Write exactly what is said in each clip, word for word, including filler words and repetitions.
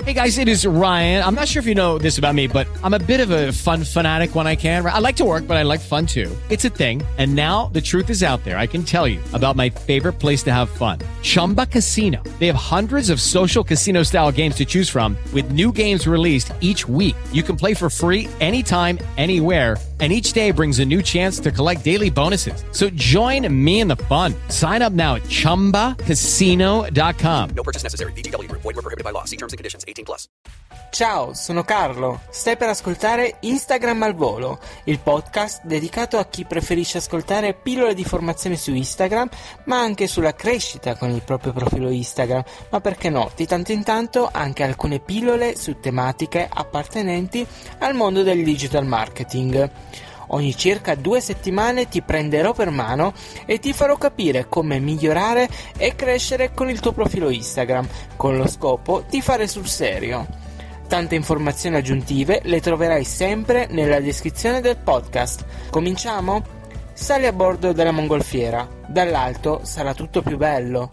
Hey guys, it is Ryan. I'm not sure if you know this about me, but I'm a bit of a fun fanatic when I can. I like to work, but I like fun too. It's a thing. And now the truth is out there. I can tell you about my favorite place to have fun. Chumba Casino. They have hundreds of social casino style games to choose from with new games released each week. You can play for free anytime, anywhere. And each day brings a new chance to collect daily bonuses. So join me in the fun. Sign up now at chumba casino dot com. No purchase necessary. V G W Group. Void where prohibited by law. See terms and conditions. eighteen plus. Ciao, sono Carlo. Stai per ascoltare Instagram al volo, il podcast dedicato a chi preferisce ascoltare pillole di formazione su Instagram, ma anche sulla crescita con il proprio profilo Instagram, ma perché no, di tanto in tanto anche alcune pillole su tematiche appartenenti al mondo del digital marketing. Ogni circa due settimane ti prenderò per mano e ti farò capire come migliorare e crescere con il tuo profilo Instagram, con lo scopo di fare sul serio. Tante informazioni aggiuntive le troverai sempre nella descrizione del podcast. Cominciamo? Sali a bordo della mongolfiera. Dall'alto sarà tutto più bello.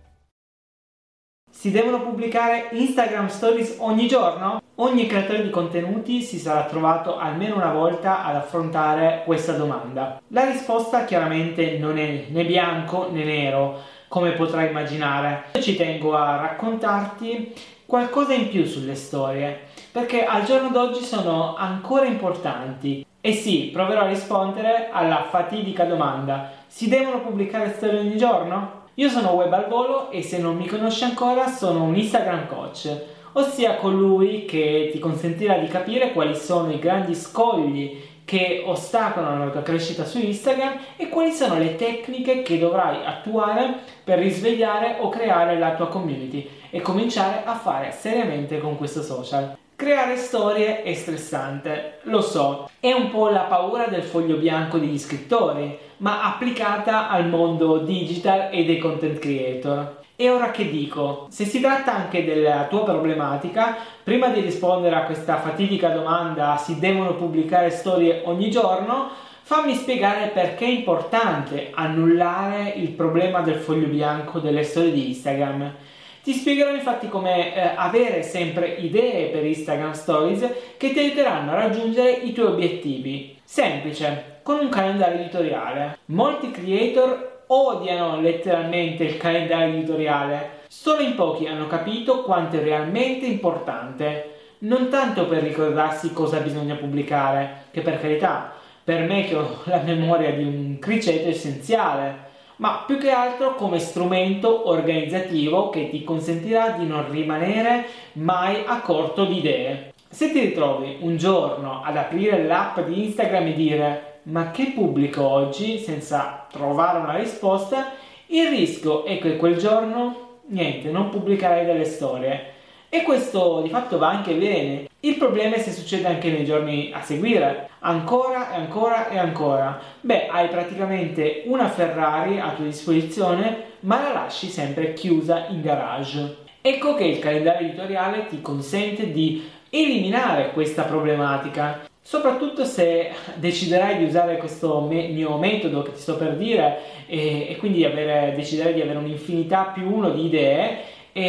Si devono pubblicare Instagram Stories ogni giorno? Ogni creatore di contenuti si sarà trovato almeno una volta ad affrontare questa domanda. La risposta chiaramente non è né bianco né nero, come potrai immaginare. Io ci tengo a raccontarti qualcosa in più sulle storie, perché al giorno d'oggi sono ancora importanti. E sì, proverò a rispondere alla fatidica domanda: si devono pubblicare storie ogni giorno? Io sono Web al Volo e se non mi conosci ancora sono un Instagram coach, ossia colui che ti consentirà di capire quali sono i grandi scogli che ostacolano la tua crescita su Instagram e quali sono le tecniche che dovrai attuare per risvegliare o creare la tua community e cominciare a fare seriamente con questo social. Creare storie è stressante, lo so, è un po' la paura del foglio bianco degli scrittori, ma applicata al mondo digital e dei content creator. E ora che dico, se si tratta anche della tua problematica, prima di rispondere a questa fatidica domanda, si devono pubblicare storie ogni giorno, fammi spiegare perché è importante annullare il problema del foglio bianco delle storie di Instagram. Ti spiegherò infatti come eh, avere sempre idee per Instagram Stories che ti aiuteranno a raggiungere i tuoi obiettivi. Semplice, con un calendario editoriale. Molti creator odiano letteralmente il calendario editoriale. Solo in pochi hanno capito quanto è realmente importante. Non tanto per ricordarsi cosa bisogna pubblicare, che per carità, per me che ho la memoria di un criceto è essenziale, ma più che altro come strumento organizzativo che ti consentirà di non rimanere mai a corto di idee. Se ti ritrovi un giorno ad aprire l'app di Instagram e dire "ma che pubblico oggi?" senza trovare una risposta, il rischio è che quel giorno, niente, non pubblicherai delle storie. E questo di fatto va anche bene. Il problema è se succede anche nei giorni a seguire, ancora e ancora e ancora. Beh, hai praticamente una Ferrari a tua disposizione, ma la lasci sempre chiusa in garage. Ecco che il calendario editoriale ti consente di eliminare questa problematica, soprattutto se deciderai di usare questo me- mio metodo che ti sto per dire e, e quindi avere, deciderai di avere un'infinità più uno di idee.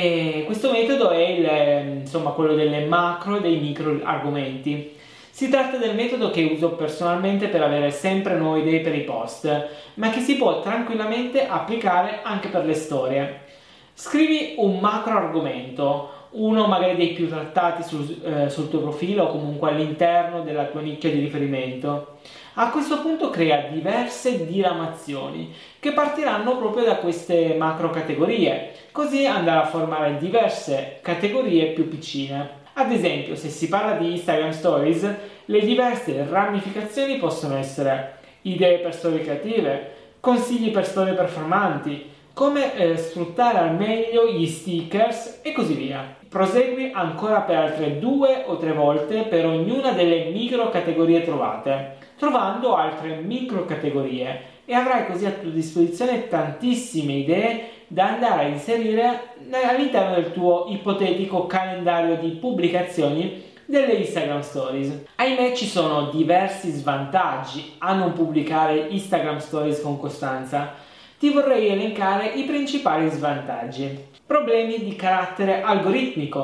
E questo metodo è il, insomma, quello delle macro e dei micro argomenti. Si tratta del metodo che uso personalmente per avere sempre nuove idee per i post, ma che si può tranquillamente applicare anche per le storie. Scrivi un macro argomento, uno magari dei più trattati sul, eh, sul tuo profilo o comunque all'interno della tua nicchia di riferimento. A questo punto crea diverse diramazioni che partiranno proprio da queste macro categorie, così andare a formare diverse categorie più piccine. Ad esempio, se si parla di Instagram Stories, le diverse ramificazioni possono essere idee per storie creative, consigli per storie performanti, come eh, sfruttare al meglio gli stickers e così via. Prosegui ancora per altre due o tre volte per ognuna delle micro categorie trovate, trovando altre micro categorie e avrai così a tua disposizione tantissime idee da andare a inserire all'interno del tuo ipotetico calendario di pubblicazioni delle Instagram Stories. Ahimè, ci sono diversi svantaggi a non pubblicare Instagram Stories con costanza. Ti vorrei elencare i principali svantaggi. Problemi di carattere algoritmico.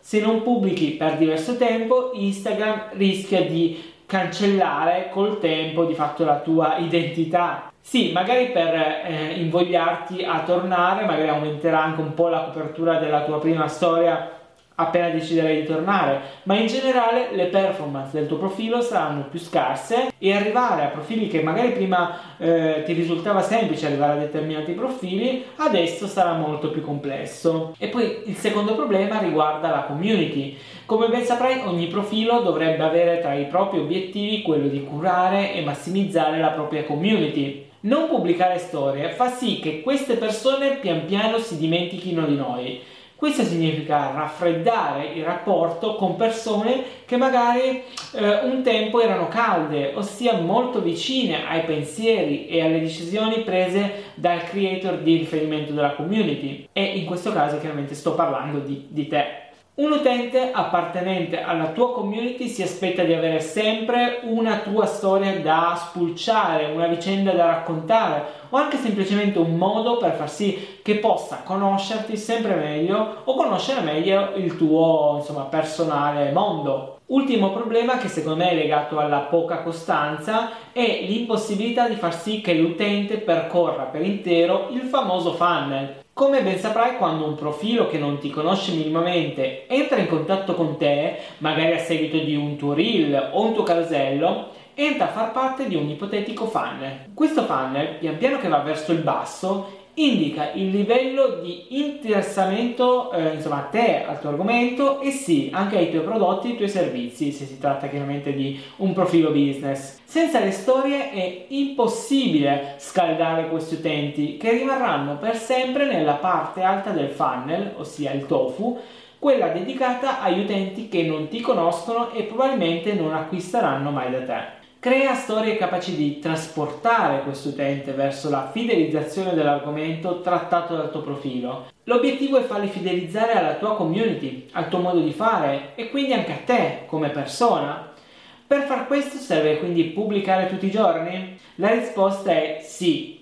Se non pubblichi per diverso tempo, Instagram rischia di cancellare col tempo di fatto la tua identità. Sì, magari per eh, invogliarti a tornare, magari aumenterà anche un po' la copertura della tua prima storia appena deciderai di tornare, ma in generale le performance del tuo profilo saranno più scarse e arrivare a profili che magari prima eh, ti risultava semplice arrivare a determinati profili, adesso sarà molto più complesso. E poi il secondo problema riguarda la community. Come ben saprai, ogni profilo dovrebbe avere tra i propri obiettivi quello di curare e massimizzare la propria community. Non pubblicare storie fa sì che queste persone pian piano si dimentichino di noi. Questo significa raffreddare il rapporto con persone che magari eh, un tempo erano calde, ossia molto vicine ai pensieri e alle decisioni prese dal creator di riferimento della community. E in questo caso chiaramente sto parlando di, di te. Un utente appartenente alla tua community si aspetta di avere sempre una tua storia da spulciare, una vicenda da raccontare o anche semplicemente un modo per far sì che possa conoscerti sempre meglio o conoscere meglio il tuo, insomma, personale mondo. Ultimo problema, che secondo me è legato alla poca costanza, è l'impossibilità di far sì che l'utente percorra per intero il famoso funnel. Come ben saprai, quando un profilo che non ti conosce minimamente entra in contatto con te, magari a seguito di un tuo reel o un tuo carosello, entra a far parte di un ipotetico funnel. Questo funnel, pian piano che va verso il basso, indica il livello di interessamento eh, insomma a te, al tuo argomento e sì, anche ai tuoi prodotti e ai tuoi servizi, se si tratta chiaramente di un profilo business. Senza le storie è impossibile scaldare questi utenti, che rimarranno per sempre nella parte alta del funnel, ossia il tofu, quella dedicata agli utenti che non ti conoscono e probabilmente non acquisteranno mai da te. Crea storie capaci di trasportare questo utente verso la fidelizzazione dell'argomento trattato dal tuo profilo. L'obiettivo è farli fidelizzare alla tua community, al tuo modo di fare e quindi anche a te come persona. Per far questo serve quindi pubblicare tutti i giorni? La risposta è sì,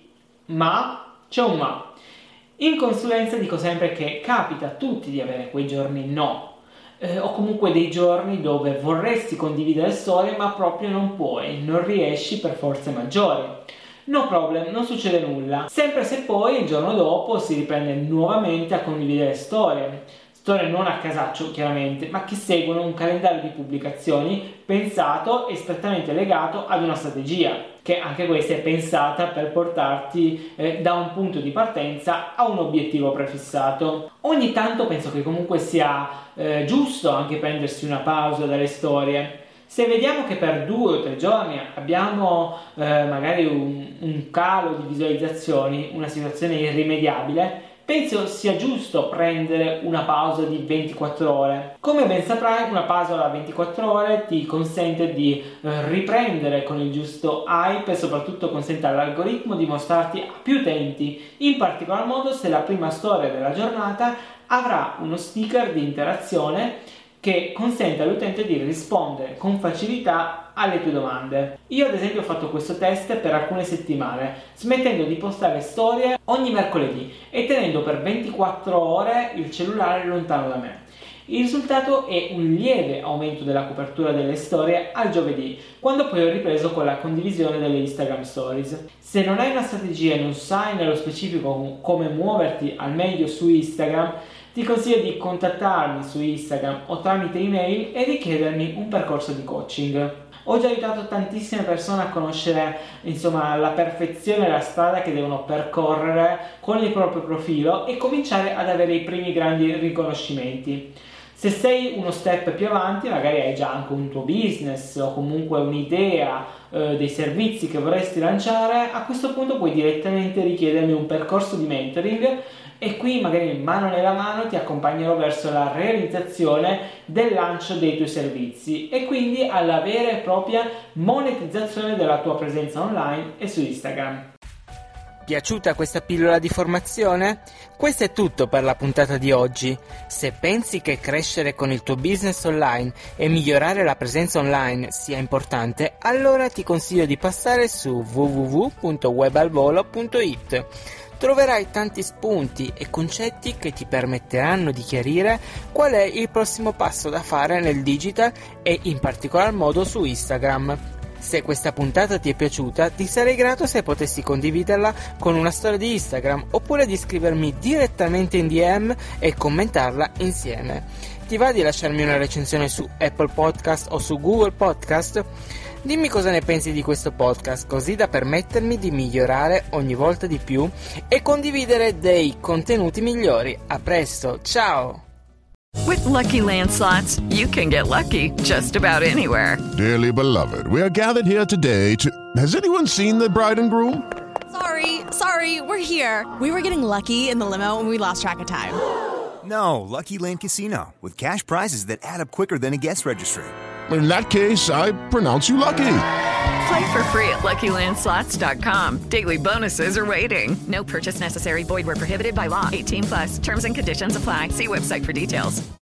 ma c'è un ma. In consulenza dico sempre che capita a tutti di avere quei giorni no. Eh, o comunque dei giorni dove vorresti condividere storie ma proprio non puoi, non riesci per forze maggiori. No problem, non succede nulla, sempre se poi il giorno dopo si riprende nuovamente a condividere storie. Storie non a casaccio chiaramente, ma che seguono un calendario di pubblicazioni pensato e strettamente legato ad una strategia, che anche questa è pensata per portarti eh, da un punto di partenza a un obiettivo prefissato. Ogni tanto penso che comunque sia eh, giusto anche prendersi una pausa dalle storie. Se vediamo che per due o tre giorni abbiamo eh, magari un, un calo di visualizzazioni, una situazione irrimediabile, penso sia giusto prendere una pausa di ventiquattro ore. Come ben saprai, una pausa da ventiquattro ore ti consente di eh, riprendere con il giusto hype e soprattutto consente all'algoritmo di mostrarti a più utenti, in particolar modo se la prima storia della giornata avrà uno sticker di interazione che consente all'utente di rispondere con facilità alle tue domande. Io ad esempio ho fatto questo test per alcune settimane, smettendo di postare storie ogni mercoledì e tenendo per ventiquattro ore il cellulare lontano da me. Il risultato è un lieve aumento della copertura delle storie al giovedì, quando poi ho ripreso con la condivisione delle Instagram Stories. Se non hai una strategia e non sai nello specifico come muoverti al meglio su Instagram, ti consiglio di contattarmi su Instagram o tramite email e di chiedermi un percorso di coaching. Ho già aiutato tantissime persone a conoscere, insomma, alla perfezione la strada che devono percorrere con il proprio profilo e cominciare ad avere i primi grandi riconoscimenti. Se sei uno step più avanti, magari hai già anche un tuo business o comunque un'idea eh, dei servizi che vorresti lanciare, a questo punto puoi direttamente richiedermi un percorso di mentoring e qui magari mano nella mano ti accompagnerò verso la realizzazione del lancio dei tuoi servizi e quindi alla vera e propria monetizzazione della tua presenza online e su Instagram. Piaciuta questa pillola di formazione? Questo è tutto per la puntata di oggi. Se pensi che crescere con il tuo business online e migliorare la presenza online sia importante, allora ti consiglio di passare su w w w punto web al volo punto it. troverai tanti spunti e concetti che ti permetteranno di chiarire qual è il prossimo passo da fare nel digital e in particolar modo su Instagram. Se questa puntata ti è piaciuta, ti sarei grato se potessi condividerla con una storia di Instagram oppure di scrivermi direttamente in D M e commentarla insieme. Ti va di lasciarmi una recensione su Apple Podcast o su Google Podcast? Dimmi cosa ne pensi di questo podcast, così da permettermi di migliorare ogni volta di più e condividere dei contenuti migliori. A presto, ciao! With Lucky Land Slots, you can get lucky just about anywhere. Dearly beloved, we are gathered here today to... Has anyone seen the bride and groom? Sorry, sorry, we're here. We were getting lucky in the limo and we lost track of time. No, Lucky Land Casino, with cash prizes that add up quicker than a guest registry. In that case, I pronounce you lucky. Play for free at Lucky Land Slots dot com. Daily bonuses are waiting. No purchase necessary. Void where prohibited by law. eighteen plus. Terms and conditions apply. See website for details.